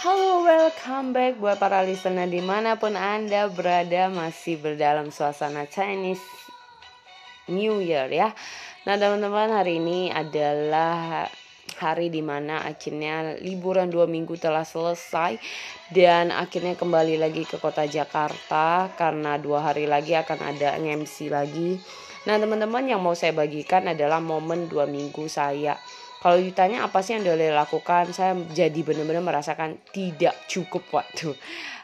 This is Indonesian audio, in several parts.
Halo, welcome back buat para listener dimanapun Anda berada, masih berdalam suasana Chinese New Year ya. Nah teman-teman, hari ini adalah hari dimana akhirnya liburan 2 minggu telah selesai. Dan akhirnya kembali lagi ke kota Jakarta, karena 2 hari lagi akan ada MC lagi. Nah teman-teman, yang mau saya bagikan adalah momen 2 minggu saya. Kalau ditanya apa sih yang Dole lakukan, saya jadi benar-benar merasakan tidak cukup waktu.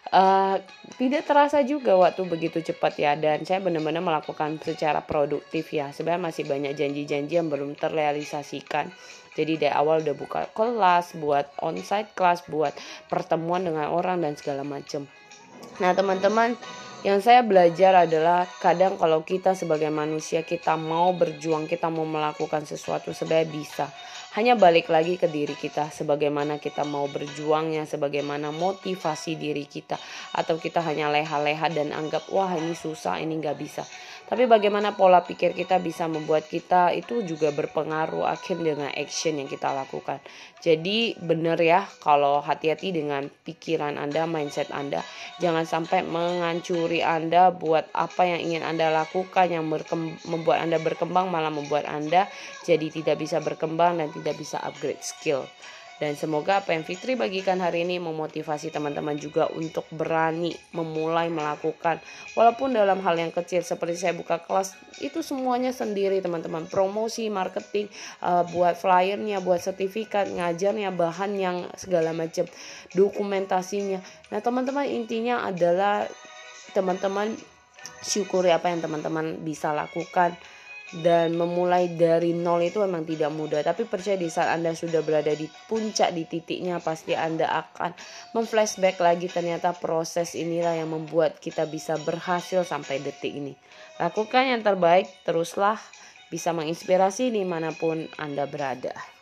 Tidak terasa juga waktu begitu cepat ya, dan saya benar-benar melakukan secara produktif ya. Sebenarnya masih banyak janji-janji yang belum terrealisasikan. Jadi dari awal udah buka kelas, buat onsite kelas, buat pertemuan dengan orang dan segala macam. Nah teman-teman, yang saya belajar adalah kadang kalau kita sebagai manusia, kita mau berjuang, kita mau melakukan sesuatu, sebenarnya bisa. Hanya balik lagi ke diri kita, sebagaimana kita mau berjuangnya, sebagaimana motivasi diri kita. Atau kita hanya leha-leha dan anggap, wah ini susah, ini gak bisa. Tapi bagaimana pola pikir kita bisa membuat kita itu juga berpengaruh akhir dengan action yang kita lakukan. Jadi benar ya, kalau hati-hati dengan pikiran Anda, mindset Anda. Jangan sampai menghancuri Anda buat apa yang ingin Anda lakukan, yang membuat Anda berkembang malah membuat Anda jadi tidak bisa berkembang dan tidak bisa upgrade skill. Dan semoga apa yang Fitri bagikan hari ini memotivasi teman-teman juga untuk berani memulai melakukan. Walaupun dalam hal yang kecil seperti saya buka kelas, itu semuanya sendiri teman-teman. Promosi, marketing, buat flyernya, buat sertifikat, ngajarnya, bahan yang segala macam, dokumentasinya. Nah teman-teman, intinya adalah teman-teman syukuri apa yang teman-teman bisa lakukan. Dan memulai dari nol itu memang tidak mudah. Tapi percaya di saat Anda sudah berada di puncak, di titiknya, pasti Anda akan memflashback lagi. Ternyata proses inilah yang membuat kita bisa berhasil sampai detik ini. Lakukan yang terbaik, teruslah bisa menginspirasi dimanapun Anda berada.